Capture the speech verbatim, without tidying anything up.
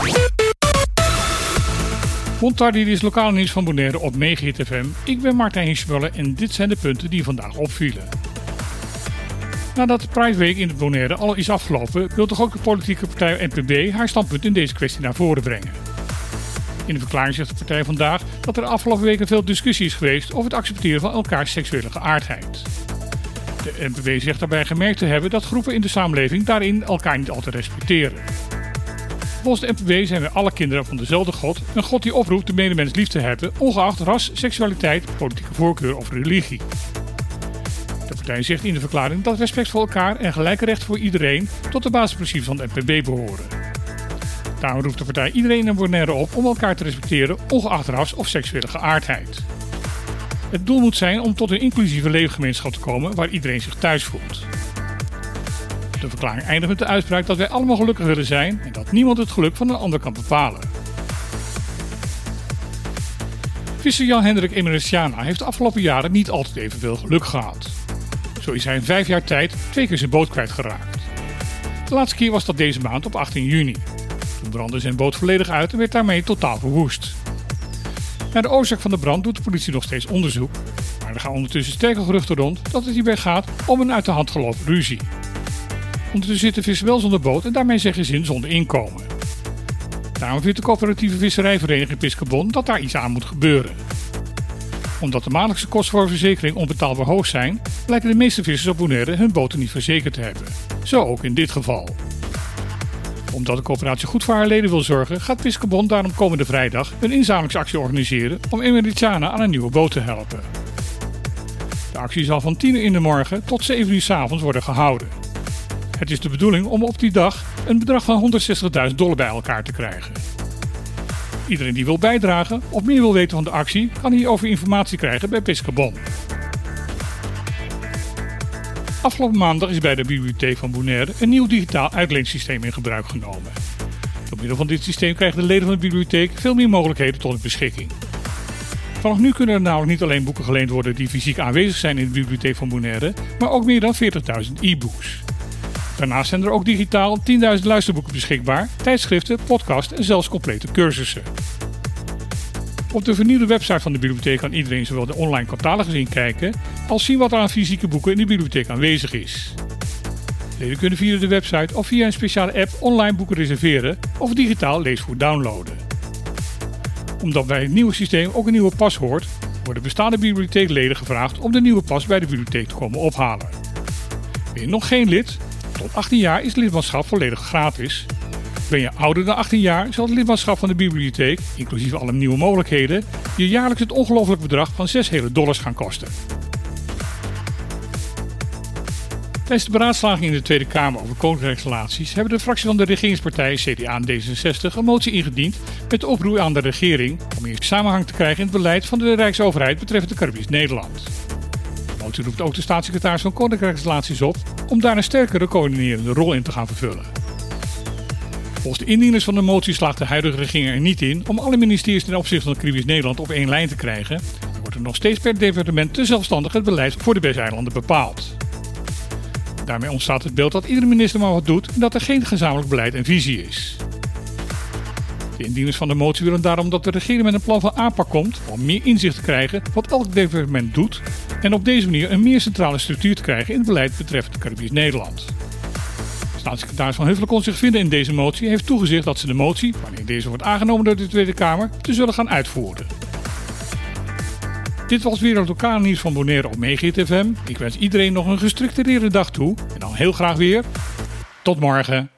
Bontar, dit is lokale nieuws van Bonaire op Megahit F M. Ik ben Martijn Hirschmuller en dit zijn de punten die vandaag opvielen. Nadat de Pride Week in het Bonaire al is afgelopen, wil toch ook de politieke partij N P B haar standpunt in deze kwestie naar voren brengen. In de verklaring zegt de partij vandaag dat er de afgelopen weken veel discussie is geweest over het accepteren van elkaars seksuele geaardheid. De N P B zegt daarbij gemerkt te hebben dat groepen in de samenleving daarin elkaar niet altijd respecteren. Volgens de N P B zijn we alle kinderen van dezelfde God, een God die oproept de medemens lief te hebben, ongeacht ras, seksualiteit, politieke voorkeur of religie. De partij zegt in de verklaring dat respect voor elkaar en gelijke rechten voor iedereen tot de basisprincipes van de N P B behoren. Daarom roept de partij iedereen in Bonaire op om elkaar te respecteren, ongeacht ras of seksuele geaardheid. Het doel moet zijn om tot een inclusieve leefgemeenschap te komen waar iedereen zich thuis voelt. De verklaring eindigt met de uitspraak dat wij allemaal gelukkig willen zijn en dat niemand het geluk van een ander kan bepalen. Visser Jan-Hendrik Emericiana heeft de afgelopen jaren niet altijd evenveel geluk gehad. Zo is hij in vijf jaar tijd twee keer zijn boot kwijtgeraakt. De laatste keer was dat deze maand op achttien juni. Toen brandde zijn boot volledig uit en werd daarmee totaal verwoest. Naar de oorzaak van de brand doet de politie nog steeds onderzoek, maar er gaan ondertussen sterke geruchten rond dat het hierbij gaat om een uit de hand gelopen ruzie. Ondertussen zit de visser wel zonder boot en daarmee zijn gezin zonder inkomen. Daarom vindt de coöperatieve visserijvereniging Piscabon dat daar iets aan moet gebeuren. Omdat de maandelijkse kosten voor verzekering onbetaalbaar hoog zijn, lijken de meeste vissers op Bonaire hun boten niet verzekerd te hebben. Zo ook in dit geval. Omdat de coöperatie goed voor haar leden wil zorgen, gaat Piscabon daarom komende vrijdag een inzamelingsactie organiseren om Emericiana aan een nieuwe boot te helpen. De actie zal van tien uur in de morgen tot zeven uur 's avonds worden gehouden. Het is de bedoeling om op die dag een bedrag van honderdzestigduizend dollar bij elkaar te krijgen. Iedereen die wil bijdragen of meer wil weten van de actie, kan hierover informatie krijgen bij Piscabon. Afgelopen maandag is bij de bibliotheek van Bonaire een nieuw digitaal uitleensysteem in gebruik genomen. Door middel van dit systeem krijgen de leden van de bibliotheek veel meer mogelijkheden tot hun beschikking. Vanaf nu kunnen er namelijk niet alleen boeken geleend worden die fysiek aanwezig zijn in de bibliotheek van Bonaire, maar ook meer dan veertigduizend e-books. Daarnaast zijn er ook digitaal tienduizend luisterboeken beschikbaar, tijdschriften, podcasts en zelfs complete cursussen. Op de vernieuwde website van de bibliotheek kan iedereen zowel de online catalogus inkijken als zien wat er aan fysieke boeken in de bibliotheek aanwezig is. Leden kunnen via de website of via een speciale app online boeken reserveren of digitaal leesvoer downloaden. Omdat bij het nieuwe systeem ook een nieuwe pas hoort, worden bestaande bibliotheekleden gevraagd om de nieuwe pas bij de bibliotheek te komen ophalen. Ben je nog geen lid? Tot achttien jaar is lidmaatschap volledig gratis. Ben je ouder dan achttien jaar, zal het lidmaatschap van de bibliotheek, inclusief alle nieuwe mogelijkheden, je jaarlijks het ongelooflijk bedrag van zes hele dollars gaan kosten. Tijdens de beraadslaging in de Tweede Kamer over koninkrijksrelaties hebben de fractie van de regeringspartijen C D A en D zesenzestig een motie ingediend met de oproep aan de regering om meer samenhang te krijgen in het beleid van de Rijksoverheid betreffende Caribisch Nederland. De motie roept ook de staatssecretaris van Koninkrijksrelaties op om daar een sterkere coördinerende rol in te gaan vervullen. Volgens de indieners van de motie slaagt de huidige regering er niet in om alle ministeries ten opzichte van Caribisch Nederland op één lijn te krijgen en wordt er nog steeds per departement te zelfstandig het beleid voor de B E S-eilanden bepaald. Daarmee ontstaat het beeld dat iedere minister maar wat doet en dat er geen gezamenlijk beleid en visie is. De indieners van de motie willen daarom dat de regering met een plan van aanpak komt om meer inzicht te krijgen wat elk departement doet en op deze manier een meer centrale structuur te krijgen in het beleid betreffende Caribisch Nederland. Staatssecretaris Van Huffelen kon zich vinden in deze motie en heeft toegezegd dat ze de motie, wanneer deze wordt aangenomen door de Tweede Kamer, te zullen gaan uitvoeren. Dit was weer het lokale nieuws van Bonaire op Megahit F M. Ik wens iedereen nog een gestructureerde dag toe en dan heel graag weer tot morgen.